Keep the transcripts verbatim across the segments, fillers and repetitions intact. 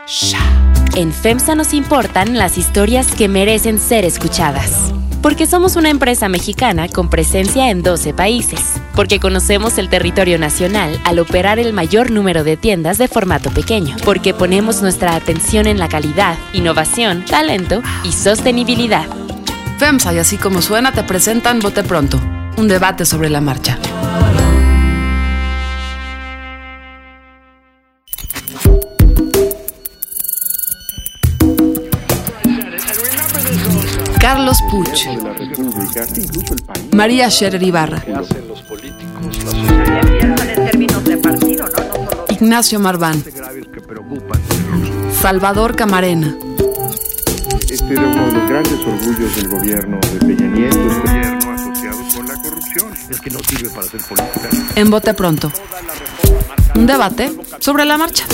En FEMSA nos importan las historias que merecen ser escuchadas. Porque somos una empresa mexicana con presencia en doce países. Porque conocemos el territorio nacional al operar el mayor número de tiendas de formato pequeño. Porque ponemos nuestra atención en la calidad, innovación, talento y sostenibilidad. FEMSA y Así Como Suena te presentan Bote Pronto, un debate sobre la marcha. Carlos Puch, María Scherer Ibarra, Ignacio Marván, Salvador Camarena. Este era uno de los grandes orgullos del gobierno de Peña Nieto, este gobierno asociado con la corrupción. Es que no sirve para hacer política. En Bote Pronto, un debate sobre la marcha.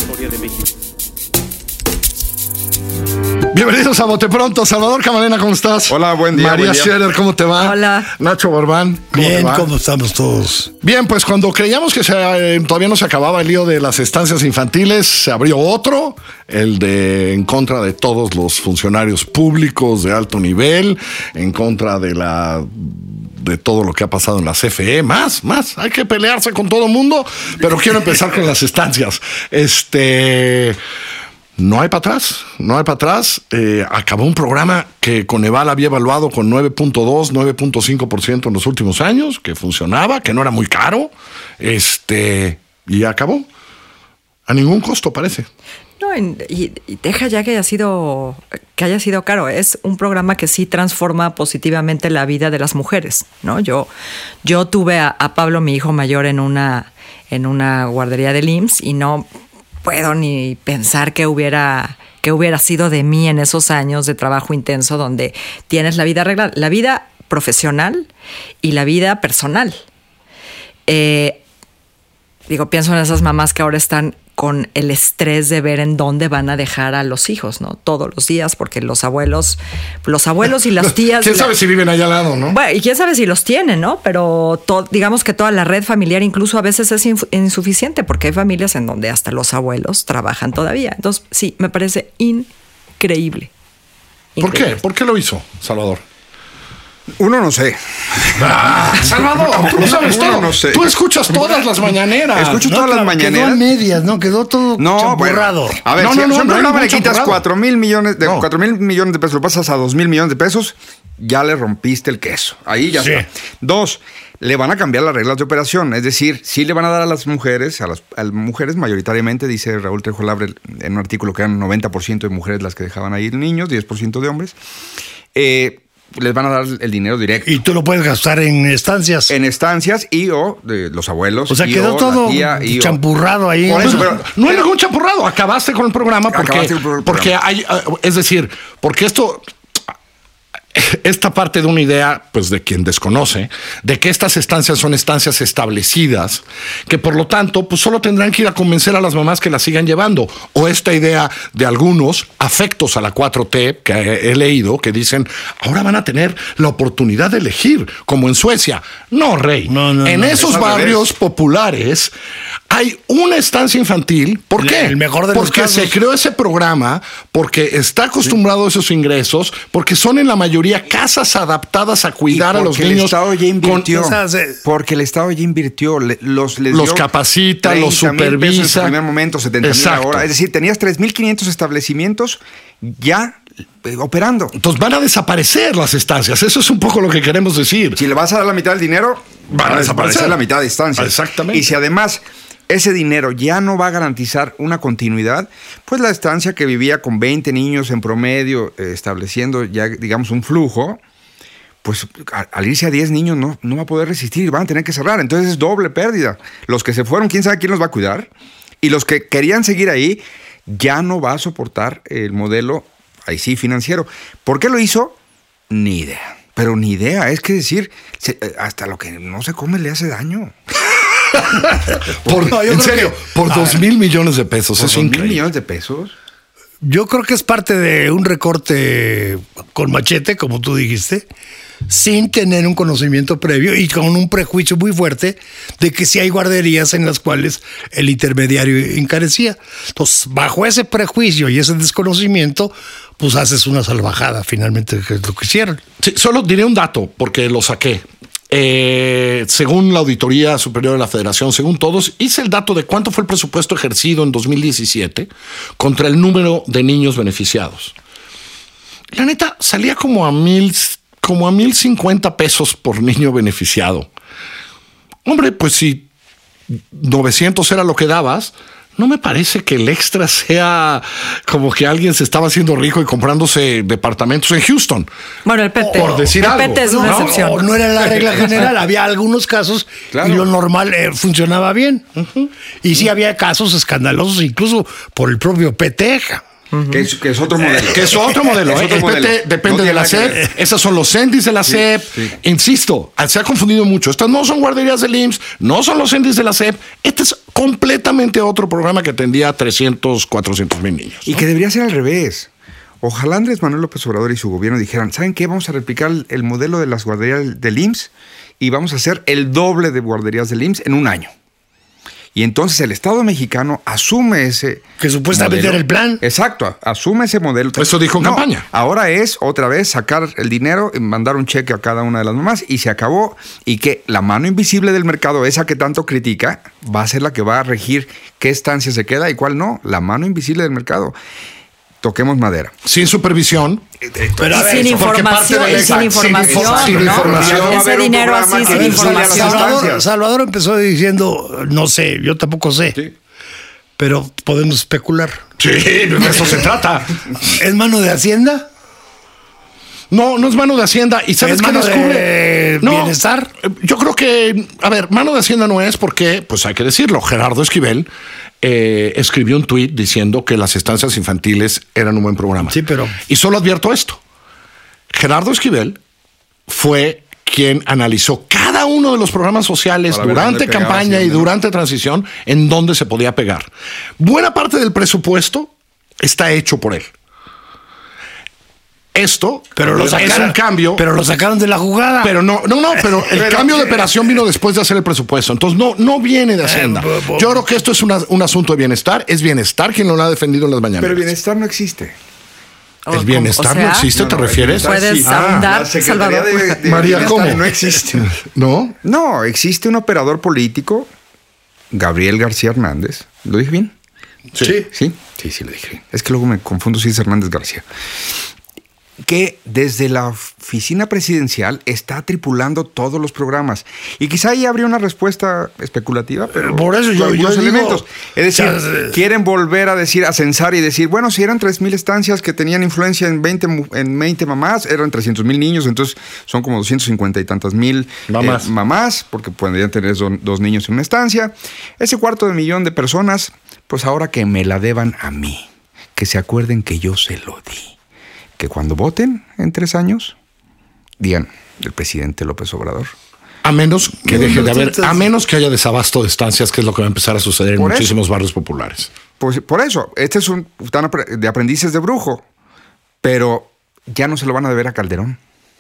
Bienvenidos a Bote Pronto. Salvador Camarena, ¿cómo estás? Hola, buen día. María buen día. Scherer, ¿cómo te va? Hola. Nacho Borbán, ¿cómo Bien, te va? ¿cómo estamos todos? Bien, pues cuando creíamos que se, eh, todavía no se acababa el lío de las estancias infantiles, se abrió otro, el de en contra de todos los funcionarios públicos de alto nivel, en contra de la de todo lo que ha pasado en la C F E, más, más, hay que pelearse con todo el mundo, pero quiero empezar con las estancias. Este... No hay para atrás, no hay para atrás. Eh, acabó un programa que Coneval había evaluado con nueve punto dos, nueve punto cinco por ciento en los últimos años, que funcionaba, que no era muy caro, este, y acabó. A ningún costo, parece. No, y, y deja ya que haya sido que haya sido caro. Es un programa que sí transforma positivamente la vida de las mujeres, ¿no? Yo, yo tuve a, a Pablo, mi hijo mayor, en una, en una guardería del I M S S y no puedo ni pensar que hubiera, que hubiera sido de mí en esos años de trabajo intenso donde tienes la vida arreglada, la vida profesional y la vida personal. Eh, digo, pienso en esas mamás que ahora están con el estrés de ver en dónde van a dejar a los hijos, ¿no? Todos los días, porque los abuelos, los abuelos y las tías... ¿Quién la, sabe si viven allá al lado, no? Bueno, y quién sabe si los tienen, ¿no? Pero to, digamos que toda la red familiar incluso a veces es inf- insuficiente, porque hay familias en donde hasta los abuelos trabajan todavía. Entonces, sí, me parece increíble. ¿Por increíble. qué? ¿Por qué lo hizo, Salvador? Uno no sé. Ah, Salvador, tú lo sabes Uno todo. no sé. Tú escuchas todas las mañaneras. Escucho No, todas las claro, mañaneras. Quedó a medias, ¿no? Quedó todo No, champurrado. bueno. A ver, No, si, no, no, si a un no hay programa le ningún quitas champurrado. cuatro mil millones de No. cuatro mil millones de pesos, lo pasas a dos mil millones de pesos, ya le rompiste el queso. Ahí ya Sí. está. Dos, le van a cambiar las reglas de operación. Es decir, sí le van a dar a las mujeres, a las, a las mujeres mayoritariamente, dice Raúl Trejo Labre en un artículo que eran noventa por ciento de mujeres las que dejaban ahí niños, diez por ciento de hombres. Eh... les van a dar el dinero directo. Y tú lo puedes gastar en estancias. En estancias y o de los abuelos. O sea, y quedó o todo la tía, y o- champurrado ahí. Por eso, Pues, pero- no hay ningún champurrado. Acabaste con el programa porque, Acabaste con el programa. porque hay, uh, es decir, porque esto, esta parte de una idea, pues de quien desconoce, de que estas estancias son estancias establecidas, que por lo tanto, pues solo tendrán que ir a convencer a las mamás que las sigan llevando. O esta idea de algunos afectos a la cuatro T que he, he leído, que dicen, ahora van a tener la oportunidad de elegir, como en Suecia. No, Rey. No, no, en no, esos es al barrios revés. populares hay una estancia infantil. ¿Por El- qué? el mejor de los porque casos. se creó ese programa, porque está acostumbrado a esos ingresos, porque son en la mayoría casas adaptadas a cuidar Y a los porque el niños. Estado ya invirtió. con esas, eh, Porque el Estado ya invirtió. le- los, les Los dio capacita, los treinta mil pesos supervisa. En su primer momento, setenta mil Exacto. ahora. Es decir, tenías tres mil quinientos establecimientos ya eh, operando. Entonces van a desaparecer las estancias. Eso es un poco lo que queremos decir. Si le vas a dar la mitad del dinero, van a desaparecer la mitad de estancias. Exactamente. Y si además ese dinero ya no va a garantizar una continuidad, pues la estancia que vivía con veinte niños en promedio, eh, estableciendo ya, digamos, un flujo, pues a- al irse a diez niños no, no va a poder resistir y van a tener que cerrar. Entonces es doble pérdida. Los que se fueron, quién sabe quién los va a cuidar. Y los que querían seguir ahí, ya no va a soportar el modelo, ahí sí, financiero. ¿Por qué lo hizo? Ni idea. Pero ni idea. Es que decir, se- hasta lo que no se come le hace daño. Por, No, yo en creo serio, que- por a dos ver. mil millones de pesos. Por Es dos mil increíble. millones de pesos. Yo creo que es parte de un recorte con machete, como tú dijiste, sin tener un conocimiento previo y con un prejuicio muy fuerte de que sí hay guarderías en las cuales el intermediario encarecía. Entonces, bajo ese prejuicio y ese desconocimiento, pues haces una salvajada finalmente, que es lo que hicieron. Sí, solo diré un dato, porque lo saqué. Eh, según la Auditoría Superior de la Federación, según todos, hice el dato de cuánto fue el presupuesto ejercido en dos mil diecisiete contra el número de niños beneficiados. La neta, salía como a mil, como a mil cincuenta pesos por niño beneficiado. Hombre, pues si novecientos era lo que dabas, no me parece que el extra sea como que alguien se estaba haciendo rico y comprándose departamentos en Houston. Bueno, el P T. Por decir el algo. P T es una No, excepción. no, no era la regla general, había algunos casos Claro. y lo normal eh, funcionaba bien. Y sí había casos escandalosos, incluso por el propio P T. Que es, que es otro modelo. Que es otro modelo. Es ¿eh? otro El modelo. P T depende No de tiene la nada que S E P. ver. Esos son los C E N D I s de la S E P. sí. Insisto, se ha confundido mucho. Estas no son guarderías del I M S S, no son los C E N D I s de la S E P. Este es completamente otro programa que atendía a trescientos, cuatrocientos mil niños. Y que debería ser al revés. Ojalá Andrés Manuel López Obrador y su gobierno dijeran, ¿saben qué? Vamos a replicar el, el modelo de las guarderías del I M S S y vamos a hacer el doble de guarderías del I M S S en un año. Y entonces el Estado mexicano asume ese Que supuestamente modelo. era el plan. Exacto, asume ese modelo. Eso dijo en No, campaña. Ahora es otra vez sacar el dinero, y mandar un cheque a cada una de las mamás y se acabó. Y que la mano invisible del mercado, esa que tanto critica, va a ser la que va a regir qué estancia se queda y cuál no. La mano invisible del mercado. Toquemos madera. Sin supervisión. Pero a Y ver, sin eso, porque parte información, de la- y sin sin información, info- sin ¿no? información. Va a Ese haber un dinero programa así que sin le enseñe a las información. estancias. Salvador, Salvador empezó diciendo, no sé, yo tampoco sé, Sí. pero podemos especular. Sí, de eso se trata. ¿Es mano de Hacienda? No, no es mano de Hacienda. ¿Y sabes ¿Es qué mano descubre? de bienestar? eh, Yo creo que, a ver, mano de Hacienda no es porque, pues hay que decirlo, Gerardo Esquivel eh, escribió un tuit diciendo que las estancias infantiles eran un buen programa. Sí, pero- Y solo advierto esto. Gerardo Esquivel fue quien analizó cada uno de los programas sociales Para ver durante dónde pegaba campaña y Hacienda, ¿no? durante transición en donde se podía pegar. Buena parte del presupuesto está hecho por él. Esto Pero lo es sacaron, un cambio. Pero lo sacaron de la jugada. Pero no, no, no, pero el Pero- cambio de operación vino después de hacer el presupuesto. Entonces no, no viene de Hacienda. bu- bu- Yo creo que esto es una- un asunto de bienestar. Es bienestar quien lo ha defendido en las mañanas. Pero bienestar no existe. O El como- bienestar o sea, no existe, No, ¿te no, el refieres? bienestar Puedes sí. ahondar, La Secretaría Salvador. de- de María, Bienestar ¿cómo? No existe. ¿No? No, existe un operador político, Gabriel García Hernández. ¿Lo dije bien? Sí. ¿Sí? Sí, sí, lo dije bien. Es que luego me confundo si es Hernández García. Que desde la oficina presidencial está tripulando todos los programas. Y quizá ahí habría una respuesta especulativa, pero Por eso yo- con algunos yo digo, elementos. Es decir, o sea, quieren volver a decir, a censar y decir, bueno, si eran tres mil estancias que tenían influencia en veinte, mu- en veinte mamás, eran trescientos mil niños, entonces son como doscientos cincuenta y tantas mil Mamás. eh, mamás, porque podrían tener do- dos niños en una estancia. Ese cuarto de millón de personas, pues ahora que me la deban a mí, que se acuerden que yo se lo di. Que cuando voten en tres años, digan el presidente López Obrador. A menos que No, deje no, de haber, entonces- a menos que haya desabasto de estancias, que es lo que va a empezar a suceder en Por eso. muchísimos barrios populares. Pues por eso, este es un tan apre- de aprendices de brujo, pero ya no se lo van a deber a Calderón.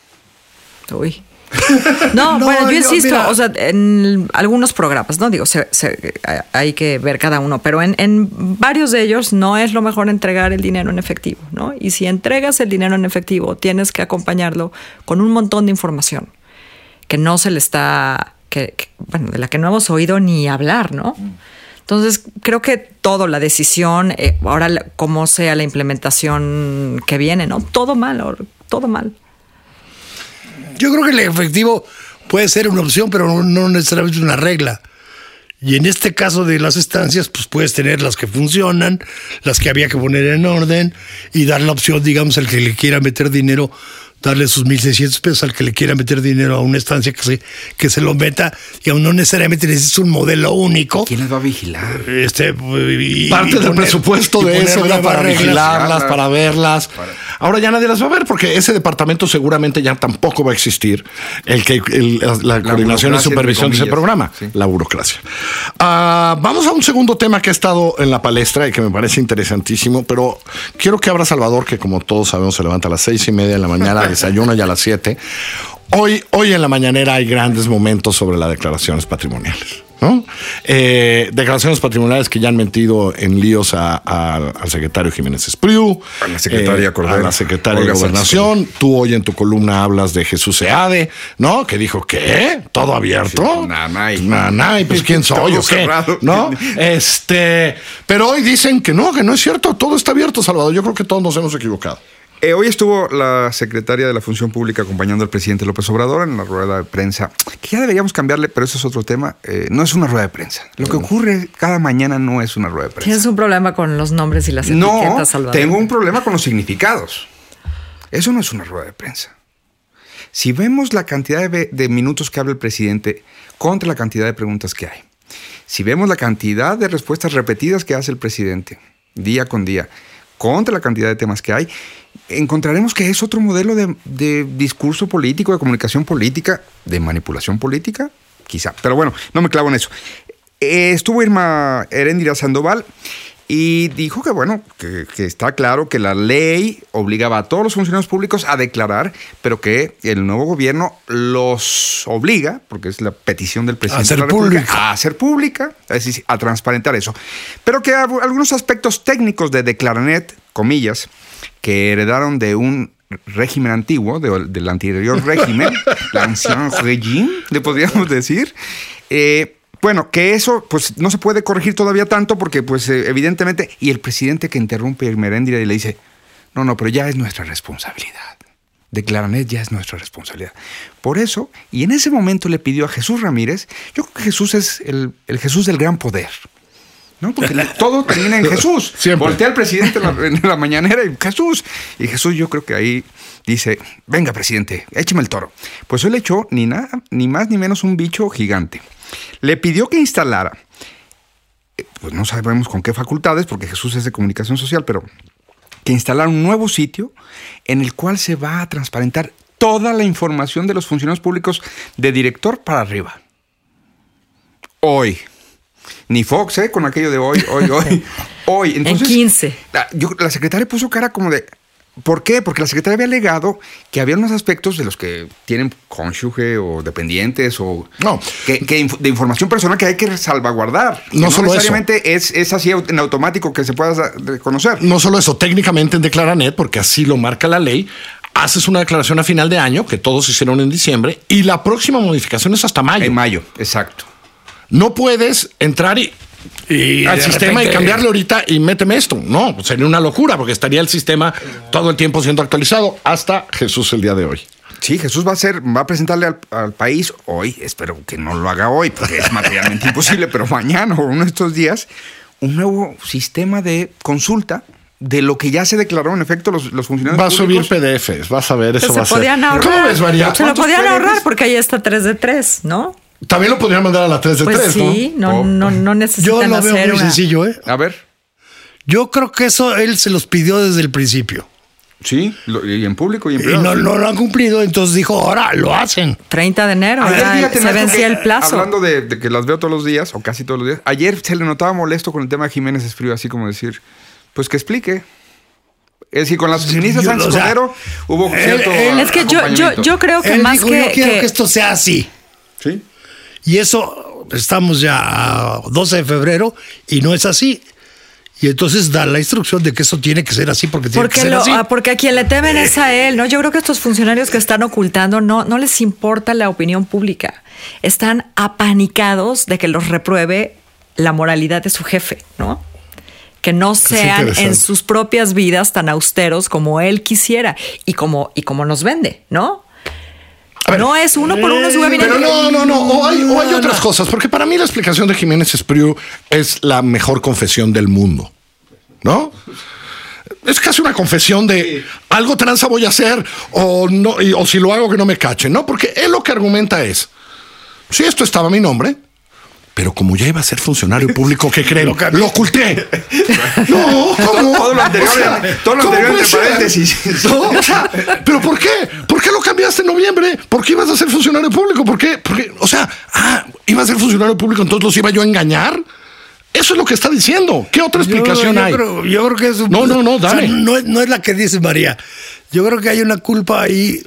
Uy. No, No, bueno, yo yo, insisto, mira. o sea, en algunos programas, ¿no? Digo, se- se- hay que ver cada uno, pero en, en varios de ellos no es lo mejor entregar el dinero en efectivo, ¿no? Y si entregas el dinero en efectivo, tienes que acompañarlo con un montón de información que no se le está, que, que, bueno, de la que no hemos oído ni hablar, ¿no? Entonces, creo que todo, la decisión, eh, ahora la- cómo sea la implementación que viene, ¿no? Todo mal, or- todo mal. Yo creo que el efectivo puede ser una opción, pero no, no necesariamente una regla. Y en este caso de las estancias, pues puedes tener las que funcionan, las que había que poner en orden y dar la opción, digamos, al que le quiera meter dinero darle sus mil seiscientos pesos al que le quiera meter dinero a una estancia que se, que se lo meta, y aún no necesariamente necesitas un modelo único. ¿Quién les va a vigilar? Este, y, Parte y del poner, presupuesto de eso era para reglas. vigilarlas, para verlas. Para... Ahora ya nadie las va a ver porque ese departamento seguramente ya tampoco va a existir. El que el, la, la coordinación y supervisión de ese programa, sí. La burocracia. Uh, vamos a un segundo tema que ha estado en la palestra y que me parece interesantísimo, pero quiero que abra Salvador, que como todos sabemos se levanta a las seis y media de la mañana, desayuna ya a las siete. Hoy, hoy en la mañanera hay grandes momentos sobre las declaraciones patrimoniales, ¿no? Eh, declaraciones patrimoniales que ya han metido en líos a, a, al secretario Jiménez Espriu, a la secretaria eh, Cordero, a la secretaria Olga de Gobernación. Sánchez. Tú hoy en tu columna hablas de Jesús Seade, ¿no? Que dijo, ¿qué? ¿Todo abierto? Sí, nanay. Nanay, pues ¿quién soy o qué? ¿No? Este, pero hoy dicen que no, que no es cierto, todo está abierto, Salvador. Yo creo que todos nos hemos equivocado. Eh, hoy estuvo la secretaria de la Función Pública acompañando al presidente López Obrador en la rueda de prensa, que ya deberíamos cambiarle, pero eso es otro tema. Eh, no es una rueda de prensa. Lo que ocurre cada mañana no es una rueda de prensa. Tienes un problema con los nombres y las etiquetas, no, Salvador. Tengo un problema con los significados. Eso no es una rueda de prensa. Si vemos la cantidad de, de minutos que habla el presidente contra la cantidad de preguntas que hay, si vemos la cantidad de respuestas repetidas que hace el presidente día con día contra la cantidad de temas que hay, encontraremos que es otro modelo de, de discurso político, de comunicación política, de manipulación política, quizá. Pero bueno, no me clavo en eso. Eh, estuvo Irma Heréndira Sandoval y dijo que, bueno, que, que está claro que la ley obligaba a todos los funcionarios públicos a declarar, pero que el nuevo gobierno los obliga, porque es la petición del presidente a hacer de la República, pública. a hacer pública, es decir, a transparentar eso. Pero que algunos aspectos técnicos de Declaranet, comillas, que heredaron de un régimen antiguo, de, del anterior régimen, l'ancien régime, le podríamos decir, eh, bueno, que eso pues no se puede corregir todavía tanto porque pues eh, evidentemente, y el presidente que interrumpe a Irma Heréndira y le dice, no, no, pero ya es nuestra responsabilidad. Declaranet ya es nuestra responsabilidad. Por eso, y en ese momento le pidió a Jesús Ramírez, yo creo que Jesús es el, el Jesús del gran poder, ¿no? Porque la, todo termina en Jesús. Siempre. Voltea al presidente en la, en la mañanera y Jesús. Y Jesús yo creo que ahí dice, venga presidente, écheme el toro. Pues él le echó ni nada, ni más ni menos un bicho gigante. Le pidió que instalara, pues no sabemos con qué facultades, porque Jesús es de comunicación social, pero que instalara un nuevo sitio en el cual se va a transparentar toda la información de los funcionarios públicos de director para arriba. Hoy. Ni Fox, ¿eh? Con aquello de hoy, hoy, hoy. Hoy. Entonces, en quince. La, yo, la secretaria puso cara como de... ¿Por qué? Porque la secretaria había alegado que había unos aspectos de los que tienen cónyuge o dependientes o... No. Que, que de información personal que hay que salvaguardar. No, no solo necesariamente es, es así en automático que se pueda reconocer. No solo eso, técnicamente en Declaranet, porque así lo marca la ley, haces una declaración a final de año, que todos hicieron en diciembre, y la próxima modificación es hasta mayo. En mayo, exacto. No puedes entrar y, Y al de sistema repente- y cambiarle ahorita y méteme esto. No, pues sería una locura porque estaría el sistema todo el tiempo siendo actualizado hasta Jesús el día de hoy. Sí, Jesús va a hacer, va a presentarle al, al país hoy, espero que no lo haga hoy porque es materialmente imposible, pero mañana o uno de estos días, un nuevo sistema de consulta de lo que ya se declaró en efecto los, los funcionarios Va a subir públicos. P D Fs, vas a ver, eso Pues va a se ser. podían ahorrar. ¿Cómo ves, María? Se lo ¿Cuántos podían P D Fs? ahorrar porque ahí está tres de tres, ¿no? También lo podrían mandar a la tres de Pues tres, sí, no, Oh. no, no Yo necesitan lo veo hacer muy una... sencillo, ¿eh? A ver, Yo creo que eso él se los pidió desde el principio. sí, lo- y en público y en Y privado. no, sí. no lo han cumplido, entonces dijo, ahora lo hacen. treinta de enero, Ayer, era- fíjate, se Nacho, vencía que, el plazo. Hablando de, de que las veo todos los días, o casi todos los días, ayer se le notaba molesto con el tema de Jiménez Espriu, así como decir, pues que explique. Es decir, con las ministras yo- Sánchez o sea, Cordero hubo él- cierto él- Es que yo, yo, acompañamiento. yo creo que Él más dijo, que... yo quiero que- que esto sea así. Sí. Y eso, estamos ya a doce de febrero y no es así. Y entonces da la instrucción de que eso tiene que ser así porque tiene que Porque, ser lo- así. ah, porque a quien le temen es a él, ¿no? Yo creo que estos funcionarios que están ocultando no, no les importa la opinión pública. Están apanicados de que los repruebe la moralidad de su jefe, ¿no? Que no sean interesante. en sus propias vidas tan austeros como él quisiera y como, y como nos vende, ¿no? A ver, no es uno por uno su gabinete. Pero no, no, no. O hay, o hay otras cosas, porque para mí la explicación de Jiménez Espriu es la mejor confesión del mundo, ¿no? Es casi una confesión de algo tranza voy a hacer o, no, y, o si lo hago que no me cachen, ¿no? Porque él lo que argumenta es, si esto estaba a mi nombre, pero como ya iba a ser funcionario público, ¿qué creen? Lo, lo oculté. No, ¿cómo? Todo lo anterior, O sea, todo lo ¿cómo anterior puede entre ser? paréntesis. No, o sea, ¿pero por qué? ¿Por qué lo cambiaste en noviembre? ¿Por qué ibas a ser funcionario público? ¿Por qué? Porque, o sea, ah, iba a ser funcionario público, entonces los iba yo a engañar. Eso es lo que está diciendo. ¿Qué otra explicación yo, yo hay? Creo, yo creo que es un, No, no, no, dame. o sea, no, es- no es la que dice María. Yo creo que hay una culpa ahí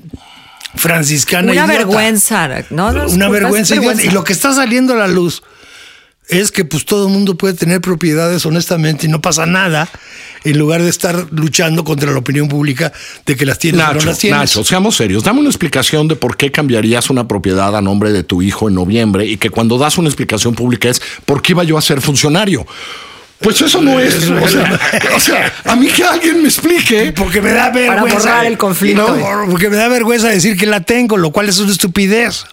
franciscana. Una idiota. vergüenza, ¿no? No es Una culpa, es vergüenza, idiota. vergüenza. Y lo que está saliendo a la luz es que pues todo el mundo puede tener propiedades honestamente y no pasa nada, en lugar de estar luchando contra la opinión pública de que las tienes o no Nacho, las tienes. Nacho, seamos serios. Dame una explicación de por qué cambiarías una propiedad a nombre de tu hijo en noviembre y que cuando das una explicación pública es ¿por qué iba yo a ser funcionario? Pues eso no es. O sea, o sea, a mí que alguien me explique. Porque me da vergüenza. Para borrar el conflicto. No, porque me da vergüenza decir que la tengo, lo cual es una estupidez.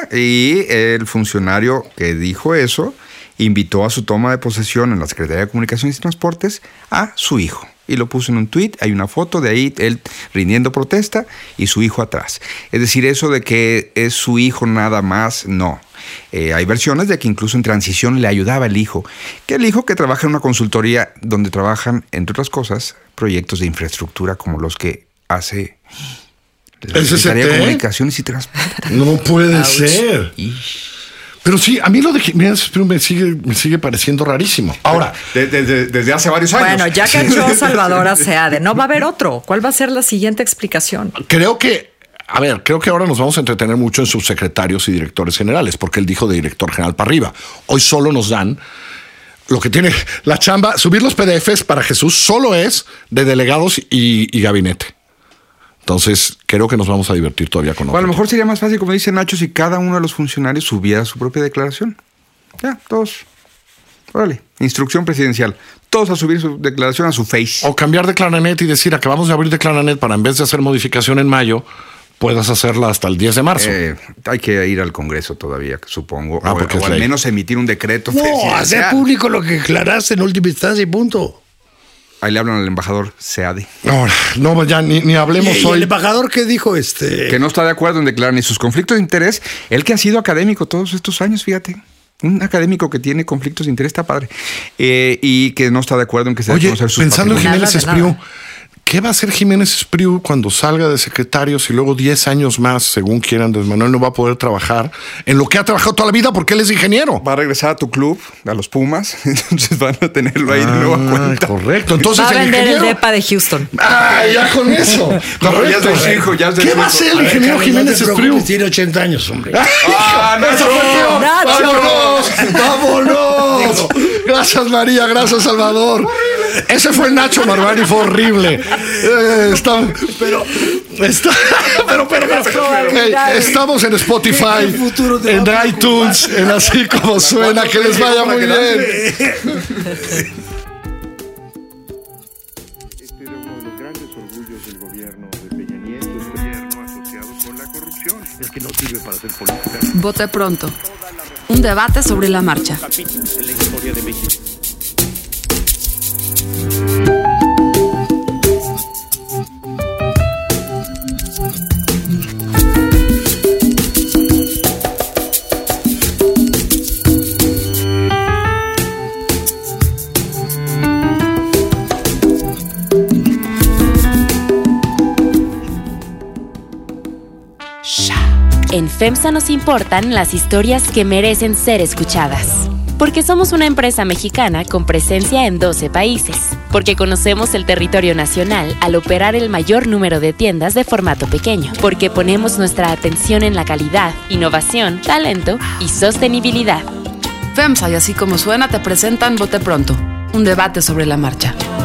Y el funcionario que dijo eso invitó a su toma de posesión en la Secretaría de Comunicaciones y Transportes a su hijo. Y lo puso en un tuit, hay una foto de ahí, él rindiendo protesta y su hijo atrás. Es decir, eso de que es su hijo nada más, no. Eh, hay versiones de que incluso en transición le ayudaba el hijo. Que el hijo que trabaja en una consultoría donde trabajan, entre otras cosas, proyectos de infraestructura como los que hace la ¿El C C T? Secretaría de Comunicaciones y Transportes. No puede Ouch. ser. Y- Pero sí, a mí lo de Jiménez Espriu me sigue, me sigue pareciendo rarísimo. Ahora, De- de- de- desde hace varios años. Bueno, ya cachó Salvador a Seade. No va a haber otro. ¿Cuál va a ser la siguiente explicación? creo que, a ver, creo que ahora nos vamos a entretener mucho en subsecretarios y directores generales, porque él dijo de director general para arriba. Hoy solo nos dan lo que tiene la chamba, subir los P D Fs para Jesús solo es de delegados y, y gabinete. Entonces, creo que nos vamos a divertir todavía con O a otro lo mejor tipo. sería más fácil, como dice Nacho, si cada uno de los funcionarios subiera su propia declaración. Ya, todos. Órale, instrucción presidencial. Todos a subir su declaración a su face. O cambiar de Claranet y decir, acabamos de abrir de Claranet para en vez de hacer modificación en mayo, puedas hacerla hasta el diez de marzo. Eh, hay que ir al Congreso todavía, supongo. Ah, o porque o es al ley. menos emitir un decreto No, presidencial. hacer público lo que declaraste en última instancia y punto. Ahí le hablan al embajador Seade, Ahora, no, ya ni, ni hablemos ¿Y, y hoy. el embajador qué dijo? Este, que no está de acuerdo en declarar ni sus conflictos de interés. Él que ha sido académico todos estos años, fíjate. Un académico que tiene conflictos de interés está padre. Eh, y que no está de acuerdo en que se dé a Oye, conocer sus pensando en patrimonios. Jiménez Nada de Espriu, nada. ¿qué va a hacer Jiménez Espriu cuando salga de secretarios y luego diez años más, según quiera Andrés Manuel, no va a poder trabajar en lo que ha trabajado toda la vida porque él es ingeniero? Va a regresar a tu club, a los Pumas, entonces van a tenerlo ahí de nueva Ah, cuenta. correcto. Entonces Va a el vender el ingeniero. depa de Houston. Ah, ya con eso. No, ya es de Correcto. su hijo, ya es de ¿Qué su va a hijo. hacer el A ver, ingeniero Carlos, Jiménez no te Espriu? preocupes, tiene ochenta años, hombre. ¡Ah, ¡Eso fue peor! Nacho. ¡Vámonos! ¡Vámonos! Gracias, María. Gracias, Salvador. Ese fue Nacho Marvani, fue horrible. Eh, está, pero, está, pero, pero, pero, eh, estamos en Spotify, El futuro te en va a iTunes, en Así Como Suena. Que les vaya muy bien. Este era uno de los grandes orgullos del gobierno de Peña Nieto, el gobierno asociado con la corrupción. Es que no sirve para hacer política. Vote pronto. Un debate sobre la marcha. Capítulos en la historia de México. En FEMSA nos importan las historias que merecen ser escuchadas. Porque somos una empresa mexicana con presencia en doce países. Porque conocemos el territorio nacional al operar el mayor número de tiendas de formato pequeño. Porque ponemos nuestra atención en la calidad, innovación, talento y sostenibilidad. FEMSA y Así Como Suena te presentan Vote Pronto. Un debate sobre la marcha.